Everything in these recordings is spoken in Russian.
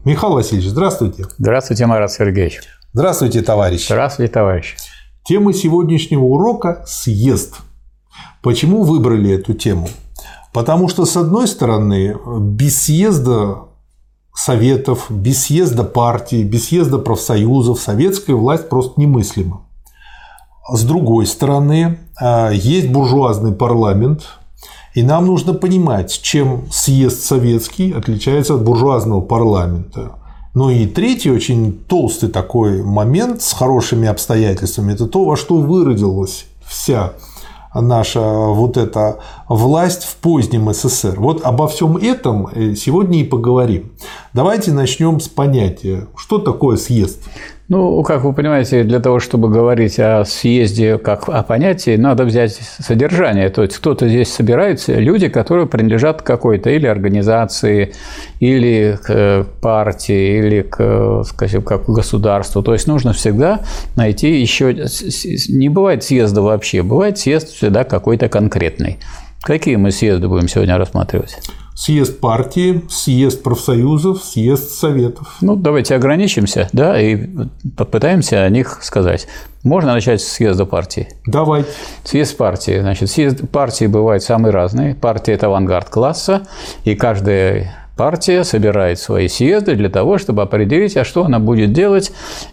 Михаил Васильевич, здравствуйте. Здравствуйте, Марат Сергеевич. Здравствуйте, товарищи. Здравствуйте, товарищи. Тема сегодняшнего урока – съезд. Почему выбрали эту тему? Потому что, с одной стороны, без съезда советов, без съезда партий, без съезда профсоюзов советская власть просто немыслима. С другой стороны, есть буржуазный парламент, и нам нужно понимать, чем съезд советский отличается от буржуазного парламента. Ну и третий очень толстый такой момент с хорошими обстоятельствами – это то, во что выродилась вся наша вот эта власть в позднем СССР. Вот обо всем этом сегодня и поговорим. Давайте начнем с понятия, что такое съезд. Ну, как вы понимаете, для того, чтобы говорить о съезде как о понятии, надо взять содержание. То есть кто-то здесь собирается, люди, которые принадлежат к какой-то или организации, или к партии, или к, скажем, как государству. То есть нужно всегда найти еще. Не бывает съезда вообще, бывает съезд всегда какой-то конкретный. Какие мы съезды будем сегодня рассматривать? Съезд партии, съезд профсоюзов, съезд советов. Ну, давайте ограничимся, да, и попытаемся о них сказать. Можно начать с съезда партии? Давайте. Съезд партии. Значит, съезд партии бывает самый разный. Партия – это авангард класса, и каждая партия собирает свои съезды для того, чтобы определить, а что она будет делать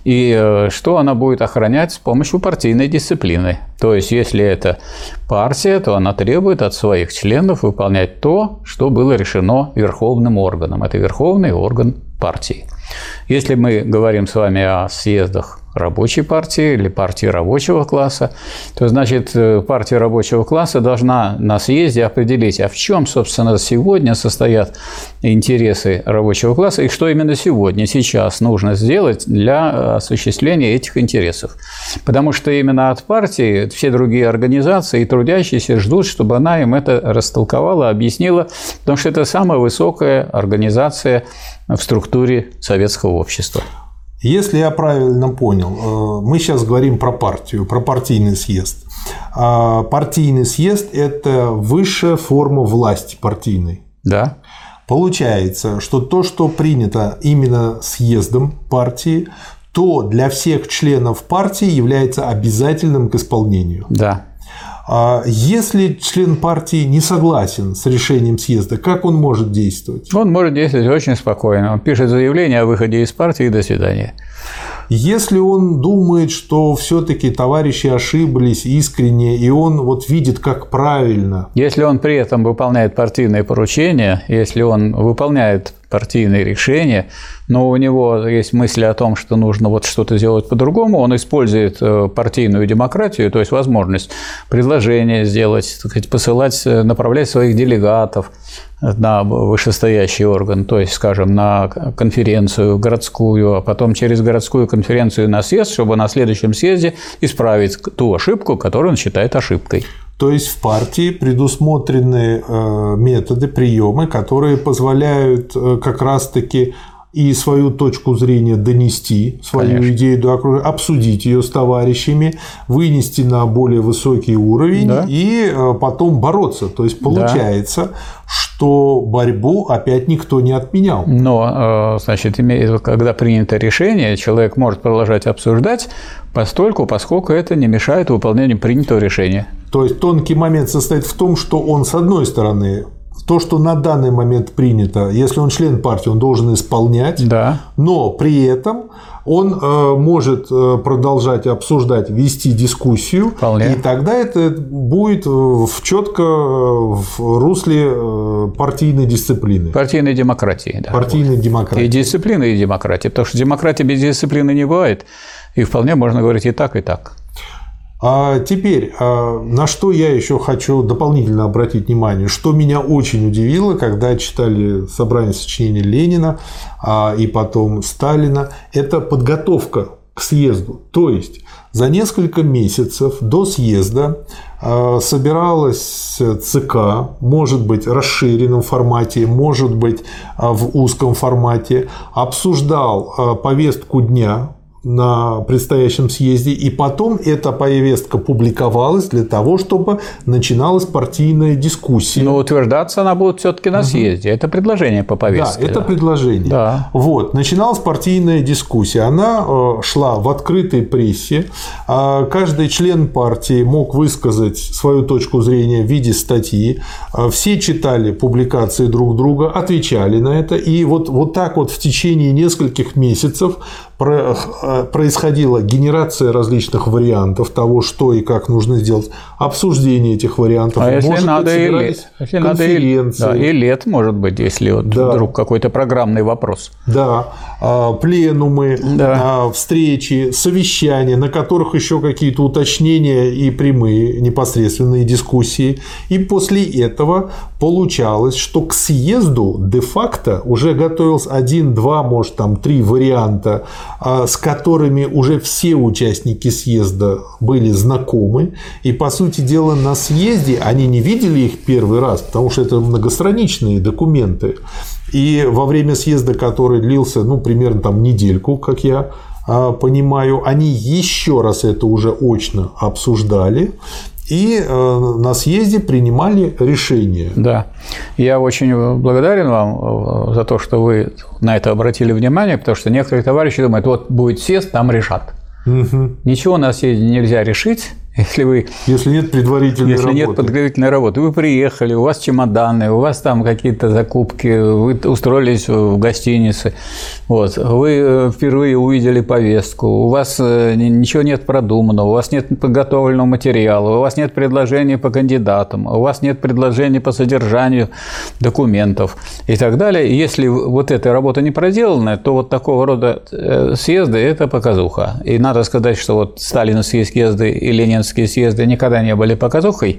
и что она будет охранять с помощью партийной дисциплины. То есть, если это партия, то она требует от своих членов выполнять то, что было решено верховным органом. Это верховный орган партии. Если мы говорим с вами о съездах рабочей партии или партии рабочего класса, то, значит, партия рабочего класса должна на съезде определить, а в чем, собственно, сегодня состоят интересы рабочего класса и что именно сегодня, сейчас нужно сделать для осуществления этих интересов. Потому что именно от партии все другие организации и трудящиеся ждут, чтобы она им это растолковала, объяснила, потому что это самая высокая организация в структуре советского общества. Если я правильно понял, мы сейчас говорим про партию, про партийный съезд. Партийный съезд – это высшая форма власти партийной. Да. Получается, что то, что принято именно съездом партии, то для всех членов партии является обязательным к исполнению. Да. Если член партии не согласен с решением съезда, как он может действовать? Он может действовать очень спокойно. Он пишет заявление о выходе из партии и до свидания. Если он думает, что все-таки товарищи ошиблись искренне, и он вот видит, как правильно. Если он при этом выполняет партийные поручения, если он выполняет партийные решения, но у него есть мысли о том, что нужно вот что-то сделать по-другому, он использует партийную демократию, то есть возможность предложения сделать, так сказать, посылать, направлять своих делегатов на вышестоящий орган, то есть, скажем, на конференцию городскую, а потом через городскую конференцию на съезд, чтобы на следующем съезде исправить ту ошибку, которую он считает ошибкой. То есть в партии предусмотрены методы, приемы, которые позволяют как раз-таки и свою точку зрения донести, свою Конечно. Идею до окружения, обсудить ее с товарищами, вынести на более высокий уровень да. и потом бороться. То есть получается, да. что борьбу опять никто не отменял. Но, значит, когда принято решение, человек может продолжать обсуждать, поскольку это не мешает выполнению принятого решения. То есть тонкий момент состоит в том, что он, с одной стороны, то, что на данный момент принято, если он член партии, он должен исполнять, да. но при этом он может продолжать обсуждать, вести дискуссию, Вполне. И тогда это будет четко в русле партийной дисциплины. Партийной демократии. Да. Партийной демократии. И дисциплины, и демократии. Потому что демократия без дисциплины не бывает, и вполне можно говорить и так, и так. А теперь, на что я еще хочу дополнительно обратить внимание, что меня очень удивило, когда читали собрание сочинений Ленина и потом Сталина, это подготовка к съезду. То есть за несколько месяцев до съезда собиралась ЦК, может быть, в расширенном формате, может быть, в узком формате, обсуждал повестку дня на предстоящем съезде, и потом эта повестка публиковалась для того, чтобы начиналась партийная дискуссия. Но утверждаться она будет все-таки на съезде. Это предложение по повестке. Да, это предложение. Да. Вот. Начиналась партийная дискуссия. Она шла в открытой прессе. Каждый член партии мог высказать свою точку зрения в виде статьи. Все читали публикации друг друга, отвечали на это. И вот так вот в течение нескольких месяцев происходила генерация различных вариантов того, что и как нужно сделать, обсуждение этих вариантов. А если может надо, быть, конференции. И лет, может быть, если вот вдруг какой-то программный вопрос. Да, пленумы, встречи, совещания, на которых еще какие-то уточнения и прямые непосредственные дискуссии. И после этого получалось, что к съезду де-факто уже готовился 1, 2, может, там 3 варианта, с которыми уже все участники съезда были знакомы. И, по сути дела, на съезде они не видели их первый раз, потому что это многостраничные документы. И во время съезда, который длился, примерно там недельку, как я понимаю, они еще раз это уже очно обсуждали. И на съезде принимали решения. Да. Я очень благодарен вам за то, что вы на это обратили внимание, потому что некоторые товарищи думают, вот будет съезд, там решат. Угу. Ничего на съезде нельзя решить, если нет предварительной работы. Вы приехали, у вас чемоданы, у вас там какие-то закупки, вы устроились в гостинице, вот, вы впервые увидели повестку, у вас ничего нет продуманного, у вас нет подготовленного материала, у вас нет предложений по кандидатам, у вас нет предложений по содержанию документов и так далее. И если вот эта работа не проделана, то вот такого рода съезды – это показуха. И надо сказать, что вот сталинские съезды и ленинские съезды никогда не были показухой,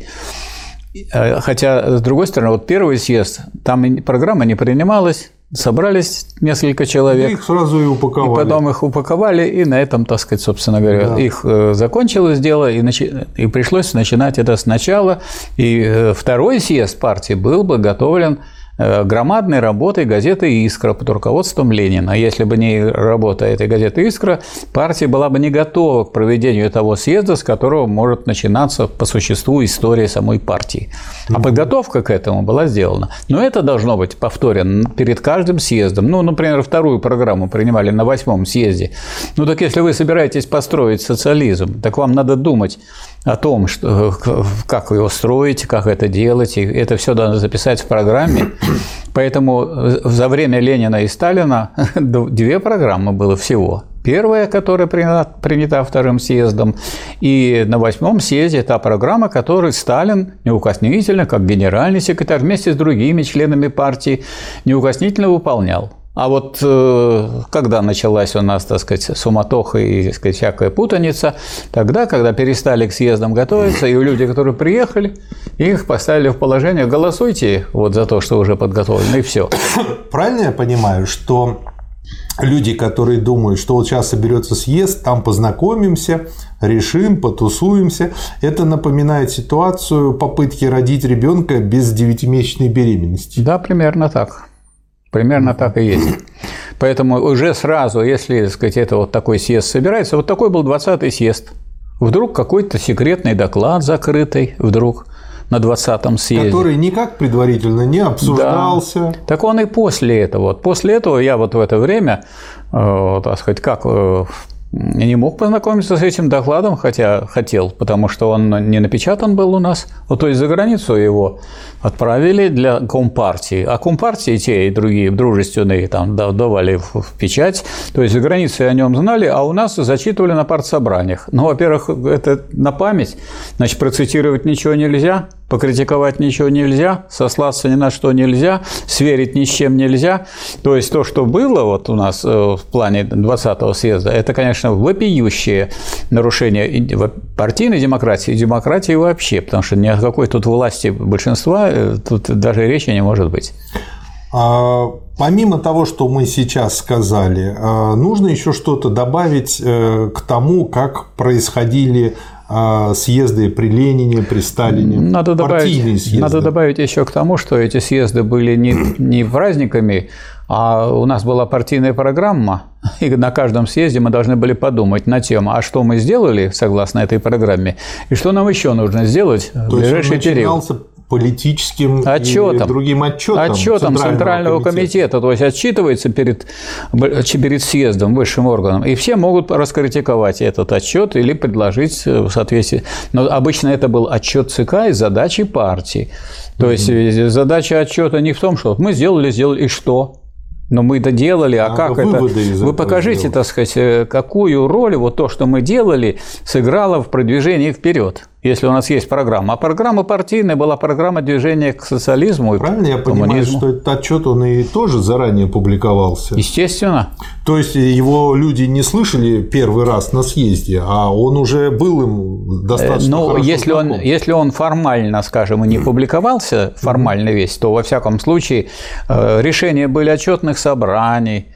хотя, с другой стороны, вот первый съезд, там программа не принималась, собрались несколько человек. Их сразу и упаковали. И потом их упаковали, и на этом, так сказать, собственно говоря, их закончилось дело, и пришлось начинать это сначала. И второй съезд партии был подготовлен громадной работой газеты «Искра» под руководством Ленина. Если бы не работа этой газеты «Искра», партия была бы не готова к проведению того съезда, с которого может начинаться по существу история самой партии. А подготовка к этому была сделана. Но это должно быть повторено перед каждым съездом. Например, вторую программу принимали на 8-м съезде. Так если вы собираетесь построить социализм, так вам надо думать о том, как его строить, как это делать, и это все надо записать в программе. Поэтому за время Ленина и Сталина 2 программы было всего. Первая, которая принята вторым съездом, и на 8-м съезде та программа, которую Сталин неукоснительно, как генеральный секретарь, вместе с другими членами партии неукоснительно выполнял. А вот когда началась у нас, так сказать, суматоха и, так сказать, всякая путаница, тогда, когда перестали к съездам готовиться, и люди, которые приехали, их поставили в положение: голосуйте вот за то, что уже подготовлено, и все. Правильно я понимаю, что люди, которые думают, что вот сейчас соберется съезд, там познакомимся, решим, потусуемся, это напоминает ситуацию попытки родить ребенка без 9-месячной беременности? Да, примерно так. Примерно так и есть. Поэтому уже сразу, если, так сказать, это вот такой съезд собирается, вот такой был 20-й съезд. Вдруг какой-то секретный доклад закрытый, вдруг на 20-м съезде. Который никак предварительно не обсуждался. Да. Так он и после этого. После этого я вот в это время, так сказать, не мог познакомиться с этим докладом, хотя хотел, потому что он не напечатан был у нас. То есть за границу его отправили для Компартии. А Компартии те и другие дружественные там давали в печать. То есть за границей о нем знали, а у нас зачитывали на партсобраниях. Во-первых, это на память, значит, процитировать ничего нельзя, покритиковать ничего нельзя, сослаться ни на что нельзя, сверить ни с чем нельзя. То есть то, что было вот у нас в плане 20-го съезда, это, конечно, вопиющее нарушение партийной демократии и демократии вообще, потому что ни о какой тут власти большинства тут даже речи не может быть. Помимо того, что мы сейчас сказали, нужно еще что-то добавить к тому, как происходили съезды при Ленине, при Сталине, партийные съезды. Надо добавить еще к тому, что эти съезды были не праздниками, а у нас была партийная программа, и на каждом съезде мы должны были подумать на тему, а что мы сделали согласно этой программе, и что нам еще нужно сделать в ближайший период. Политическим и другим отчетом Центрального комитета, то есть отчитывается перед съездом, высшим органом, и все могут раскритиковать этот отчет или предложить в соответствии. Но обычно это был отчет ЦК и задачи партии. То есть задача отчета не в том, что мы сделали, и что? Но мы это делали, а как это? Вы покажите, так сказать, какую роль вот то, что мы делали, сыграло в продвижении вперед. Если у нас есть программа. А программа партийная была программа движения к социализму и правильно я понимаю, что этот отчет он и тоже заранее публиковался? Естественно. То есть его люди не слышали первый раз на съезде, а он уже был им достаточно хорошо знаком. Если он формально, скажем, и не публиковался, формально весь, то во всяком случае решения были отчетных собраний,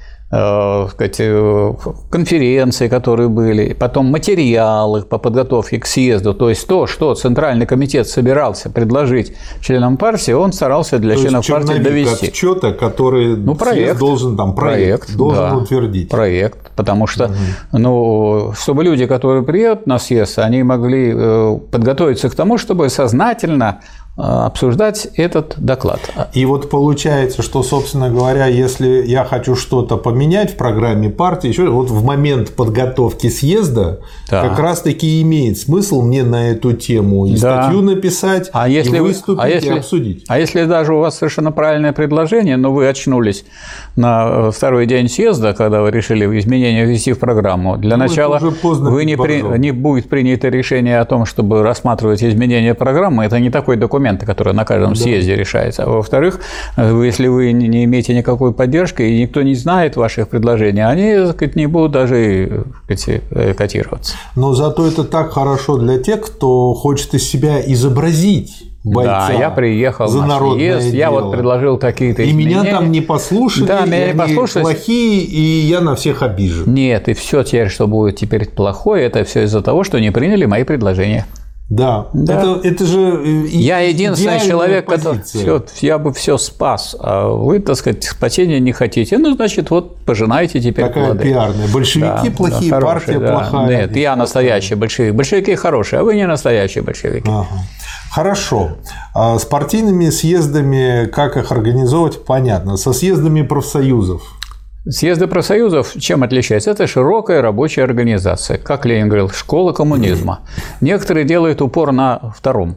конференции, которые были, потом материалы по подготовке к съезду, то есть то, что Центральный комитет собирался предложить членам партии, он старался для членов партии довести. Отчета, который съезд должен проект должен утвердить. Проект, потому что, чтобы люди, которые приедут на съезд, они могли подготовиться к тому, чтобы сознательно обсуждать этот доклад. И вот получается, что, собственно говоря, если я хочу что-то поменять в программе партии, еще вот в момент подготовки съезда как раз-таки имеет смысл мне на эту тему и статью написать, и выступить, и обсудить. А если даже у вас совершенно правильное предложение, но вы очнулись на второй день съезда, когда вы решили изменения ввести в программу, для начала не будет принято решение о том, чтобы рассматривать изменения программы, это не такой документ, который на каждом съезде решается. А во-вторых, если вы не имеете никакой поддержки и никто не знает ваших предложений, они, так сказать, не будут даже котироваться. Но зато это так хорошо для тех, кто хочет из себя изобразить бойца. Да, я приехал на съезд, я вот предложил какие-то изменения. И меня там не послушали, меня не послушали, плохие, и я на всех обижен. Нет, и все теперь, что будет теперь плохое, это все из-за того, что не приняли мои предложения. Да. Это же я единственный человек, который я бы все спас, а вы, так сказать, спасения не хотите. Ну, значит, вот пожинаете теперь такая плоды. Пиарная. Большевики плохие, партия плохая. Нет, я настоящий большевик. Большевики хорошие, а вы не настоящие большевики. Хорошо. С партийными съездами, как их организовать, понятно. Со съездами профсоюзов. Съезды профсоюзов чем отличаются? Это широкая рабочая организация. Как Ленин говорил, школа коммунизма. Некоторые делают упор на втором,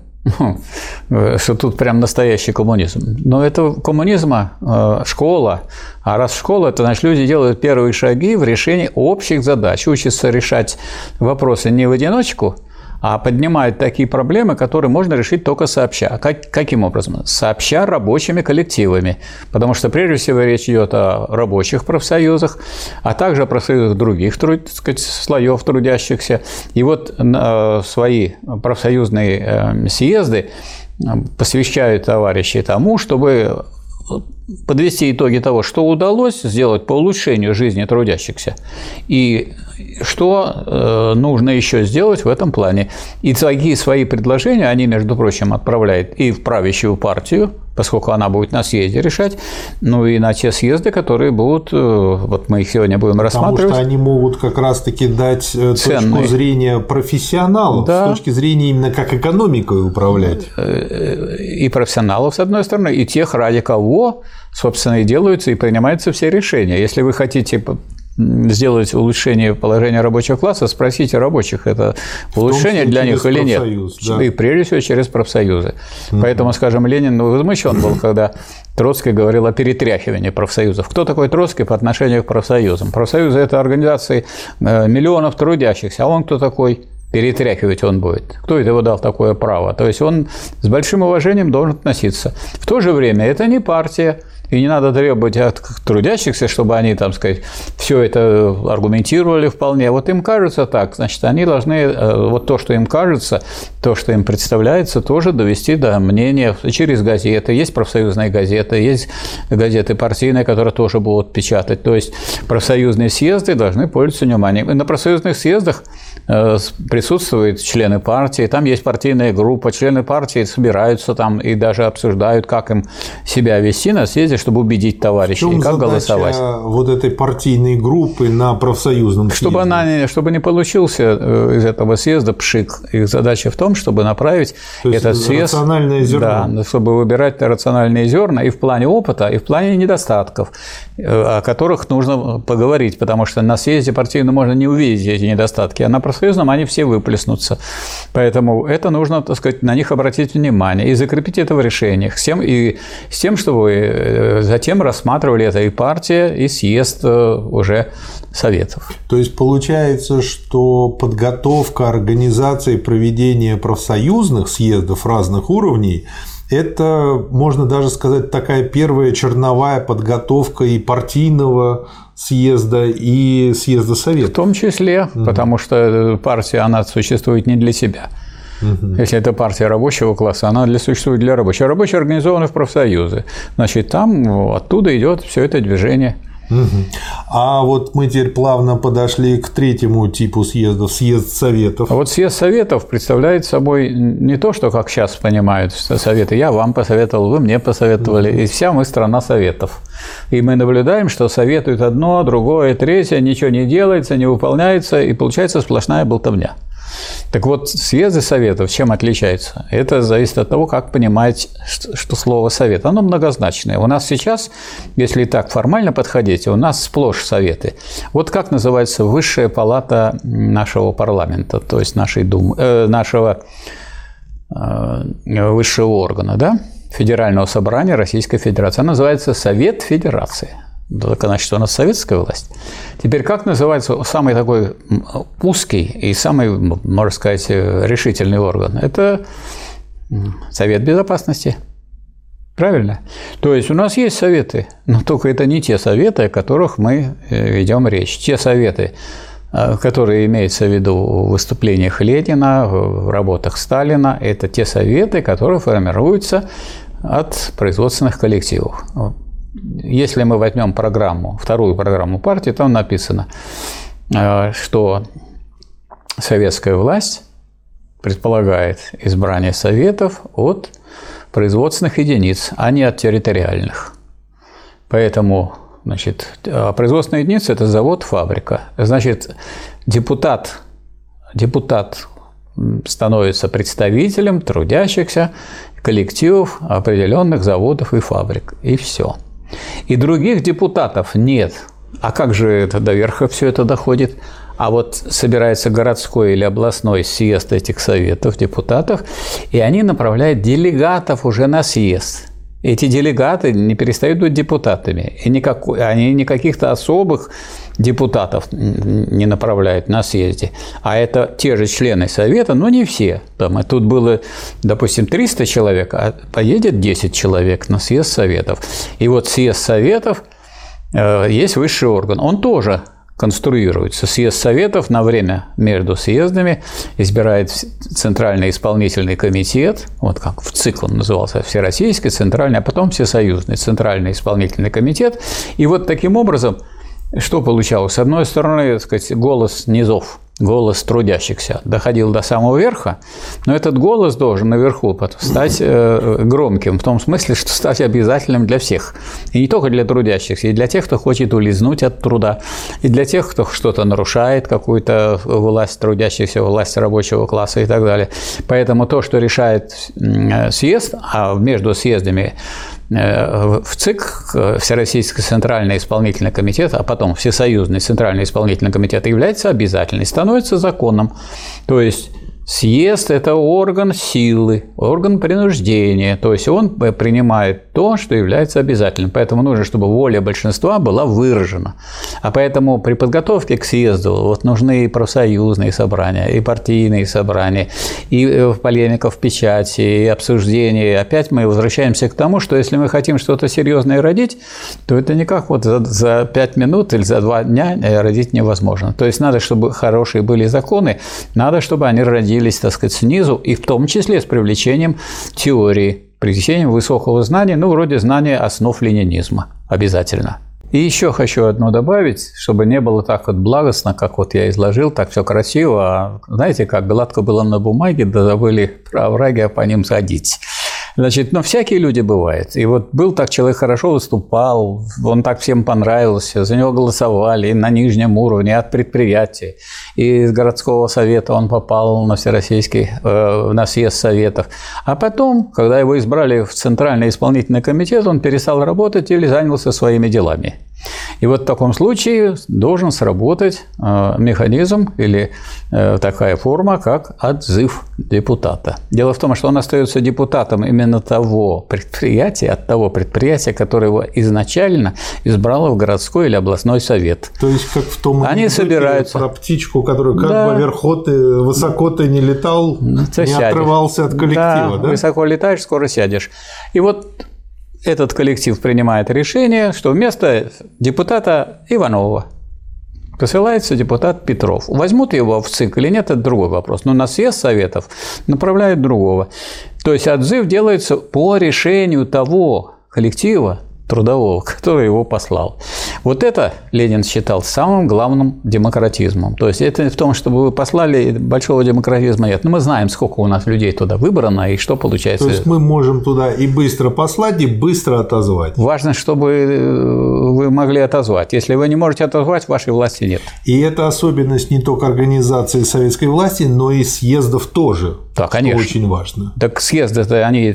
что тут прям настоящий коммунизм. Но это коммунизма школа. А раз школа, то значит люди делают первые шаги в решении общих задач. Учатся решать вопросы не в одиночку, а поднимают такие проблемы, которые можно решить только сообща. Каким образом? Сообща рабочими коллективами. Потому что, прежде всего, речь идет о рабочих профсоюзах, а также о профсоюзах других, так сказать, слоев трудящихся. И вот свои профсоюзные съезды посвящают товарищи тому, чтобы подвести итоги того, что удалось сделать по улучшению жизни трудящихся, и что нужно еще сделать в этом плане. И такие свои предложения они, между прочим, отправляют и в правящую партию, поскольку она будет на съезде решать, ну и на те съезды, которые будут, вот мы их сегодня будем рассматривать. Потому что они могут как раз-таки дать точку зрения профессионалов, с точки зрения именно как экономикой управлять. И профессионалов, с одной стороны, и тех, ради кого, собственно, и делаются и принимаются все решения. Если вы хотите сделать улучшение положения рабочего класса, спросите рабочих, это улучшение для них или нет. Да. И прежде всего через профсоюзы. Поэтому, скажем, Ленин возмущен был, когда Троцкий говорил о перетряхивании профсоюзов. Кто такой Троцкий по отношению к профсоюзам? Профсоюзы – это организации миллионов трудящихся, а он кто такой? Перетряхивать он будет. Кто это ему дал такое право? То есть он с большим уважением должен относиться. В то же время это не партия, и не надо требовать от трудящихся, чтобы они, там сказать, все это аргументировали вполне. Вот им кажется так, значит, они должны вот то, что им кажется, то, что им представляется, тоже довести до мнения через газеты. Есть профсоюзные газеты, есть газеты партийные, которые тоже будут печатать. То есть профсоюзные съезды должны пользоваться вниманием. И на профсоюзных съездах присутствуют члены партии, там есть партийная группа, члены партии собираются там и даже обсуждают, как им себя вести на съезде, чтобы убедить товарищей, и как голосовать. Вот этой партийной группы на профсоюзном съезде? Чтобы не получился из этого съезда пшик. Их задача в том, чтобы направить этот съезд… рациональное зерно. Да, чтобы выбирать рациональные зерна и в плане опыта, и в плане недостатков, о которых нужно поговорить, потому что на съезде партийном можно не увидеть эти недостатки, а на профсоюзном они все выплеснутся. Поэтому это нужно, так сказать, на них обратить внимание и закрепить это в решениях, с тем, чтобы затем рассматривали это и партия, и съезд уже советов. То есть получается, что подготовка организации проведения профсоюзных съездов разных уровней – это, можно даже сказать, такая первая черновая подготовка и партийного съезда, и съезда Советов. В том числе, потому что партия, она существует не для себя. Если это партия рабочего класса, она существует для рабочих. Рабочие организованы в профсоюзы. Значит, там оттуда идет все это движение. А вот мы теперь плавно подошли к третьему типу съездов – съезд Советов. А вот съезд Советов представляет собой не то, что, как сейчас понимают, что Советы, я вам посоветовал, вы мне посоветовали, и вся мы страна Советов. И мы наблюдаем, что советуют одно, другое, третье, ничего не делается, не выполняется, и получается сплошная болтовня. Так вот, съезды Советов чем отличаются? Это зависит от того, как понимать, что слово «совет». Оно многозначное. У нас сейчас, если так формально подходить, у нас сплошь советы. Вот как называется высшая палата нашего парламента, то есть нашей Думы, нашего высшего органа, да? Федерального собрания Российской Федерации. Она называется Совет Федерации. Так, значит, у нас советская власть. Теперь как называется самый такой узкий и самый, можно сказать, решительный орган? Это Совет Безопасности. Правильно? То есть у нас есть советы, но только это не те советы, о которых мы ведем речь. Те советы, которые имеются в виду в выступлениях Ленина, в работах Сталина, это те советы, которые формируются от производственных коллективов. Если мы возьмем программу, вторую программу партии, там написано, что советская власть предполагает избрание советов от производственных единиц, а не от территориальных. Поэтому, значит, производственная единица – это завод, фабрика. Значит, депутат становится представителем трудящихся коллективов определенных заводов и фабрик. И все. И других депутатов нет. А как же это до верха все это доходит? А вот собирается городской или областной съезд этих советов, депутатов, и они направляют делегатов уже на съезд. Эти делегаты не перестают быть депутатами, и они не каких-то особых депутатов не направляют на съезде, а это те же члены совета, но не все. Там, и тут было, допустим, 300 человек, а поедет 10 человек на съезд советов. И вот съезд советов есть высший орган, он тоже конструируется. Съезд советов на время между съездами избирает Центральный исполнительный комитет, вот как в ЦИК он назывался, Всероссийский, Центральный, а потом Всесоюзный Центральный исполнительный комитет. И вот таким образом, что получалось? С одной стороны, так сказать, голос низов, голос трудящихся доходил до самого верха, но этот голос должен наверху стать громким, в том смысле, что стать обязательным для всех. И не только для трудящихся, и для тех, кто хочет улизнуть от труда, и для тех, кто что-то нарушает, какую-то власть трудящихся, власть рабочего класса и так далее. Поэтому то, что решает съезд, а между съездами в ЦИК, Всероссийский Центральный исполнительный комитет, а потом Всесоюзный Центральный исполнительный комитет является обязательным, становится законом. То есть съезд – это орган силы, орган принуждения, то есть он принимает то, что является обязательным. Поэтому нужно, чтобы воля большинства была выражена. А поэтому при подготовке к съезду вот нужны и профсоюзные собрания, и партийные собрания, и полемика в печати, и обсуждение. Опять мы возвращаемся к тому, что если мы хотим что-то серьезное родить, то это никак вот за 5 минут или за 2 дня родить невозможно. То есть надо, чтобы хорошие были законы, надо, чтобы они родились, так сказать, снизу, и в том числе с привлечением теории, привлечением высокого знания, ну, вроде знания основ ленинизма обязательно. И еще хочу одно добавить, чтобы не было так вот благостно, как вот я изложил, так все красиво, а знаете, как гладко было на бумаге, да забыли про овраги, а по ним садить. Значит, всякие люди бывают. И вот был так человек, хорошо выступал, он так всем понравился, за него голосовали и на нижнем уровне от предприятий. И из городского совета он попал на всероссийский, на съезд советов. А потом, когда его избрали в Центральный исполнительный комитет, он перестал работать или занялся своими делами. И вот в таком случае должен сработать механизм или такая форма, как отзыв депутата. Дело в том, что он остается депутатом именно того предприятия, которое его изначально избрало в городской или областной совет. То есть, как в том они собираются про птичку, которую как бы высоко ты не летал, не отрывался от коллектива. Да, высоко летаешь, скоро сядешь. И вот этот коллектив принимает решение, что вместо депутата Иванова посылается депутат Петров. Возьмут его в ЦИК или нет, это другой вопрос. Но на съезд советов направляют другого. То есть отзыв делается по решению того коллектива трудового, который его послал. Вот это Ленин считал самым главным демократизмом. То есть это в том, чтобы вы послали, большого демократизма нет. Но мы знаем, сколько у нас людей туда выбрано и что получается. То есть мы можем туда и быстро послать, и быстро отозвать. Важно, чтобы вы могли отозвать. Если вы не можете отозвать, вашей власти нет. И это особенность не только организации советской власти, но и съездов тоже. Да, конечно. Очень важно. Так съезды,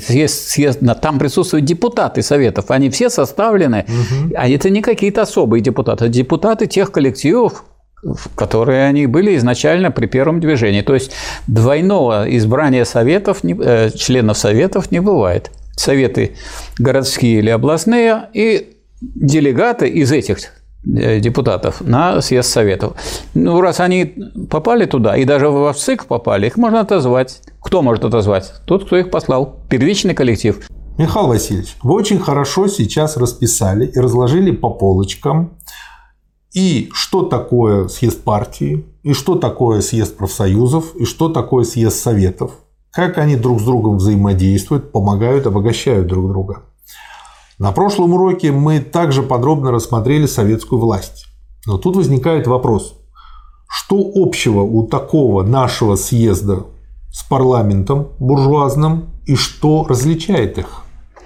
там присутствуют депутаты советов, они все составлены, а это не какие-то особые депутаты, а депутаты тех коллективов, которые они были изначально при первом движении. То есть двойного избрания советов, членов советов не бывает. Советы городские или областные и делегаты из этих депутатов на съезд советов. Раз они попали туда, и даже в ЦИК попали, их можно отозвать. Кто может отозвать? Тот, кто их послал. Первичный коллектив. Михаил Васильевич, вы очень хорошо сейчас расписали и разложили по полочкам, и что такое съезд партии, и что такое съезд профсоюзов, и что такое съезд советов, как они друг с другом взаимодействуют, помогают, обогащают друг друга. На прошлом уроке мы также подробно рассмотрели советскую власть. Но тут возникает вопрос, что общего у такого нашего съезда с парламентом буржуазным и что различает их?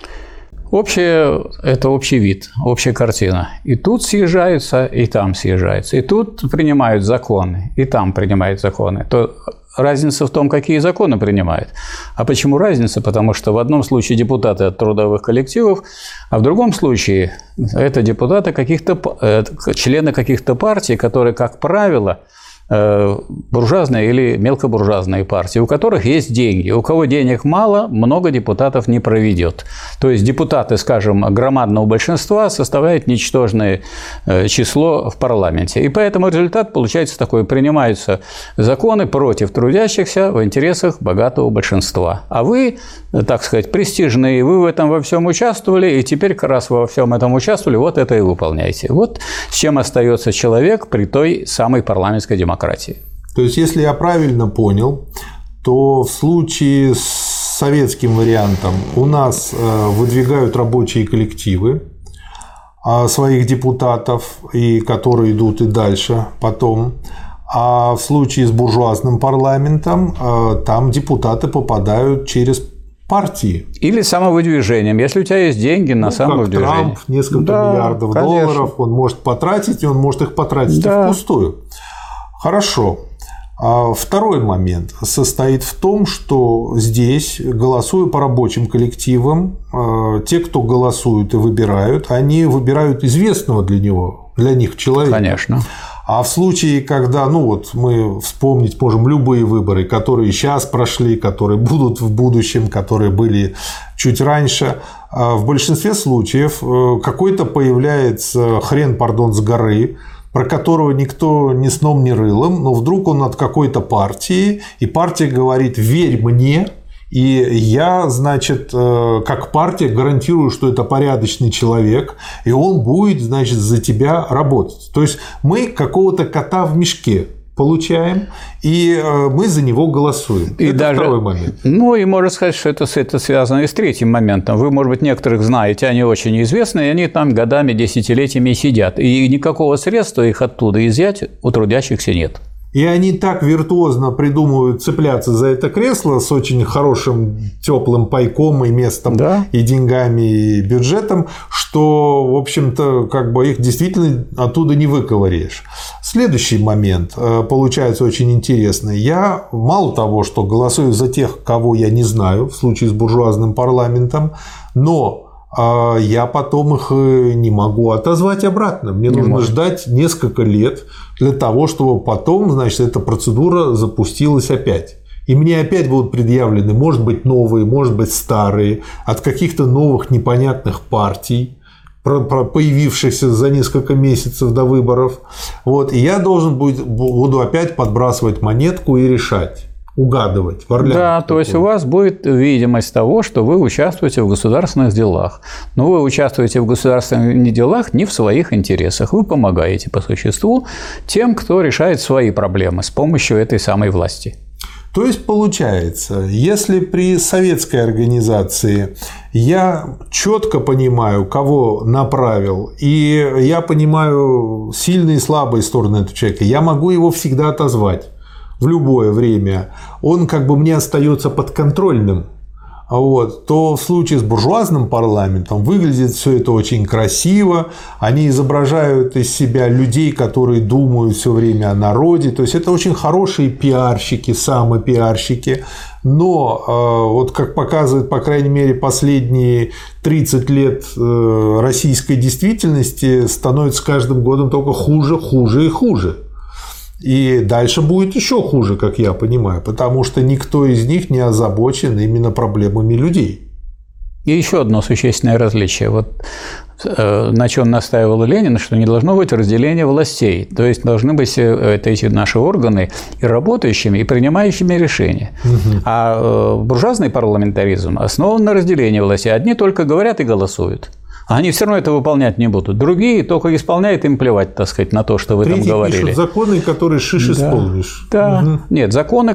Общее – это общий вид, общая картина. И тут съезжаются, и там съезжаются. И тут принимают законы, и там принимают законы. То разница в том, какие законы принимают. А почему разница? Потому что в одном случае депутаты от трудовых коллективов, а в другом случае это депутаты члены каких-то партий, которые, как правило, буржуазные или мелкобуржуазные партии, у которых есть деньги. У кого денег мало, много депутатов не проведет. То есть депутаты, скажем, громадного большинства составляют ничтожное число в парламенте. И поэтому результат получается такой. Принимаются законы против трудящихся в интересах богатого большинства. А вы, так сказать, престижные, вы в этом во всем участвовали, и теперь, как раз во всем этом участвовали, вот это и выполняйте. Вот с чем остается человек при той самой парламентской демократии. То есть, если я правильно понял, то в случае с советским вариантом у нас выдвигают рабочие коллективы своих депутатов, и которые идут и дальше потом. А в случае с буржуазным парламентом там депутаты попадают через партии. Или самовыдвижением. Если у тебя есть деньги на самовыдвижение. Как Трамп, несколько миллиардов долларов он может потратить, и он может их потратить впустую. Хорошо. Второй момент состоит в том, что здесь, голосуя по рабочим коллективам, те, кто голосуют и выбирают, они выбирают известного для них человека. Конечно. А в случае, когда, мы вспомнить можем любые выборы, которые сейчас прошли, которые будут в будущем, которые были чуть раньше, в большинстве случаев какой-то появляется хрен, с горы, про которого никто ни сном, ни рылом, но вдруг он от какой-то партии, и партия говорит: верь мне, и я, значит, как партия гарантирую, что это порядочный человек, и он будет, значит, за тебя работать. То есть мы какого-то кота в мешке получаем, и мы за него голосуем. И это даже, второй момент. Ну, и можно сказать, что это связано и с третьим моментом. Вы, может быть, некоторых знаете, они очень известны, и они там годами, десятилетиями сидят. И никакого средства их оттуда изъять у трудящихся нет. И они так виртуозно придумывают цепляться за это кресло с очень хорошим теплым пайком и местом, да, и деньгами, и бюджетом, что, в общем-то, как бы их действительно оттуда не выковыряешь. Следующий момент получается очень интересный. Я мало того, что голосую за тех, кого я не знаю, в случае с буржуазным парламентом, но я потом их не могу отозвать обратно. Мне нужно ждать несколько лет для того, чтобы потом, значит, эта процедура запустилась опять. И мне опять будут предъявлены, может быть, новые, может быть, старые, от каких-то новых непонятных партий, появившихся за несколько месяцев до выборов. Вот. И я буду опять подбрасывать монетку и решать. Угадывать. Да, то есть у вас будет видимость того, что вы участвуете в государственных делах. Но вы участвуете в государственных делах не в своих интересах. Вы помогаете по существу тем, кто решает свои проблемы с помощью этой самой власти. То есть получается, если при советской организации я четко понимаю, кого направил, и я понимаю сильные и слабые стороны этого человека, я могу его всегда отозвать в любое время, он как бы мне остается подконтрольным, вот, то в случае с буржуазным парламентом выглядит все это очень красиво, они изображают из себя людей, которые думают все время о народе, то есть это очень хорошие пиарщики, самопиарщики, но вот как показывает, по крайней мере, последние 30 лет российской действительности, становится с каждым годом только хуже, хуже и хуже. И дальше будет еще хуже, как я понимаю, потому что никто из них не озабочен именно проблемами людей. И еще одно существенное различие. Вот на чем настаивал Ленин, что не должно быть разделения властей. То есть должны быть эти наши органы и работающими, и принимающими решения. Угу. А буржуазный парламентаризм основан на разделении властей. Одни только говорят и голосуют. Они все равно это выполнять не будут. Другие только исполняют, им плевать, так сказать, на то, что вы там говорили. Пишут законы, которые исполнишь. Да. Угу. Нет, законы,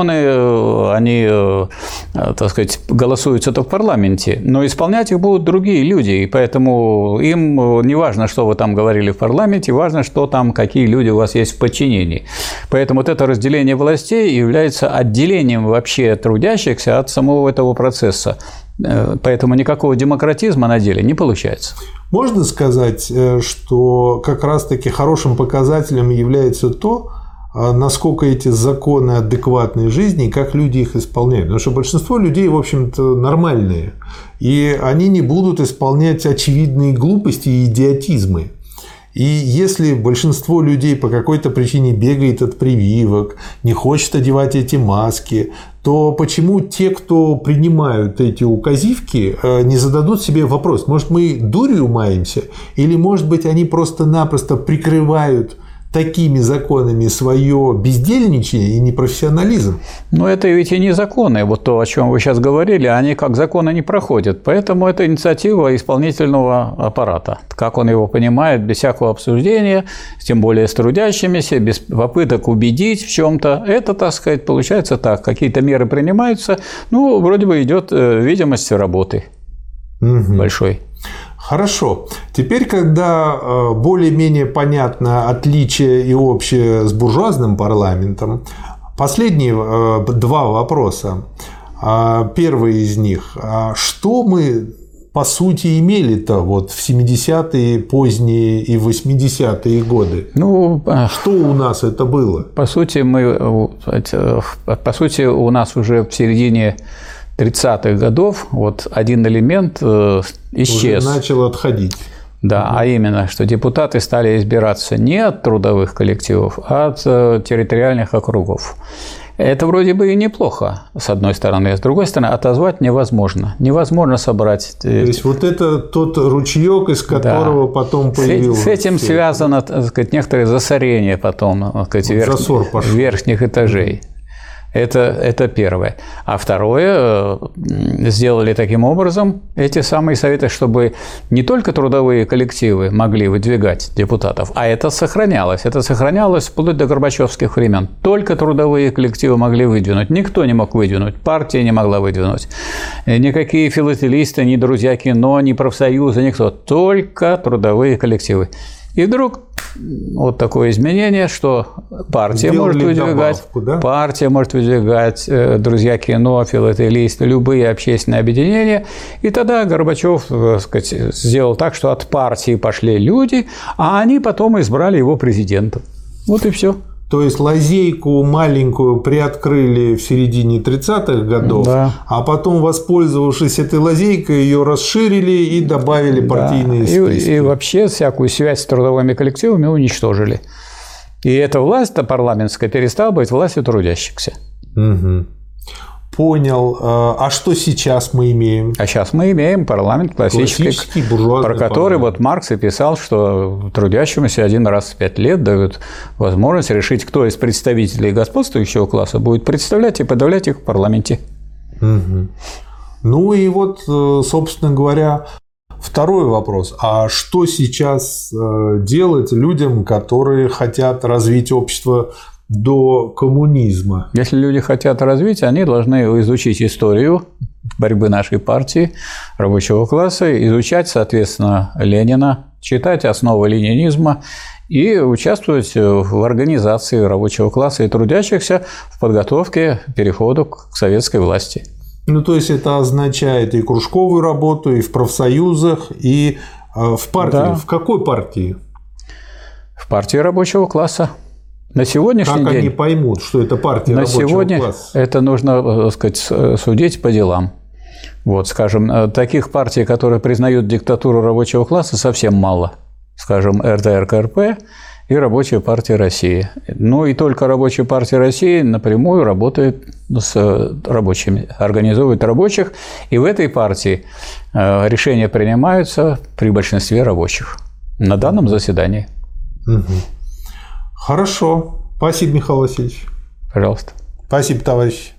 они, так сказать, голосуются-то в парламенте, но исполнять их будут другие люди, и поэтому им не важно, что вы там говорили в парламенте, важно, что там, какие люди у вас есть в подчинении. Поэтому вот это разделение властей является отделением вообще трудящихся от самого этого процесса. Поэтому никакого демократизма на деле не получается. Можно сказать, что как раз-таки хорошим показателем является то, насколько эти законы адекватны жизни и как люди их исполняют. Потому что большинство людей, в общем-то, нормальные, и они не будут исполнять очевидные глупости и идиотизмы. И если большинство людей по какой-то причине бегает от прививок, не хочет одевать эти маски, то почему те, кто принимают эти указивки, не зададут себе вопрос, может, мы дурью маемся, или, может быть, они просто-напросто прикрывают такими законами свое бездельничание и непрофессионализм? Но это ведь и не законы. Вот то, о чем вы сейчас говорили, они как законы не проходят. Поэтому это инициатива исполнительного аппарата. Как он его понимает, без всякого обсуждения, тем более с трудящимися, без попыток убедить в чем-то. Это, так сказать, получается так. Какие-то меры принимаются, ну, вроде бы идет видимость работы большой. Хорошо. Теперь, когда более-менее понятно отличие и общее с буржуазным парламентом, последние два вопроса. Первый из них. Что мы, по сути, имели-то вот в 70-е, поздние и 80-е годы? Ну, что у нас это было? По сути, у нас уже в середине 30-х годов вот один элемент исчез. Уже начал отходить. Да, а именно, что депутаты стали избираться не от трудовых коллективов, а от территориальных округов. Это вроде бы и неплохо, с одной стороны. С другой стороны, отозвать невозможно. Невозможно собрать. То есть, вот это тот ручеек, из которого потом появился. С этим связано, так сказать, некоторое засорение потом, так сказать, верхних этажей. Это первое. А второе, сделали таким образом эти самые советы, чтобы не только трудовые коллективы могли выдвигать депутатов, а это сохранялось. Это сохранялось вплоть до горбачевских времен. Только трудовые коллективы могли выдвинуть. Никто не мог выдвинуть. Партия не могла выдвинуть. Никакие филателисты, ни друзья кино, ни профсоюзы, никто. Только трудовые коллективы. И вдруг вот такое изменение, что партия может выдвигать, добавку, да? Партия может выдвигать, друзья кино, филателисты, любые общественные объединения. И тогда Горбачев, так сказать, сделал так, что от партии пошли люди, а они потом избрали его президентом. Вот и все. То есть лазейку маленькую приоткрыли в середине 30-х годов, да. А потом, воспользовавшись этой лазейкой, ее расширили и добавили партийные списки. И вообще всякую связь с трудовыми коллективами уничтожили. И эта власть парламентская перестала быть властью трудящихся. Угу. Понял. А что сейчас мы имеем? А сейчас мы имеем парламент классический про который вот Маркс и писал, что трудящемуся один раз в 5 лет дают возможность решить, кто из представителей господствующего класса будет представлять и подавлять их в парламенте. Угу. Ну и вот, собственно говоря, второй вопрос. А что сейчас делать людям, которые хотят развить общество до коммунизма? Если люди хотят развить, они должны изучить историю борьбы нашей партии, рабочего класса, изучать, соответственно, Ленина, читать основы ленинизма и участвовать в организации рабочего класса и трудящихся в подготовке к переходу к советской власти. Ну, то есть это означает и кружковую работу, и в профсоюзах, и в партии. Да. В какой партии? В партии рабочего класса. На сегодняшний день… Как они поймут, что это партия рабочего класса? На сегодня это нужно, так сказать, судить по делам. Вот, скажем, таких партий, которые признают диктатуру рабочего класса, совсем мало. Скажем, РТРКРП и Рабочая партия России. Ну и только Рабочая партия России напрямую работает с рабочими, организует рабочих. И в этой партии решения принимаются при большинстве рабочих на данном заседании. Угу. Хорошо. Спасибо, Михаил Васильевич. Пожалуйста. Спасибо, товарищ.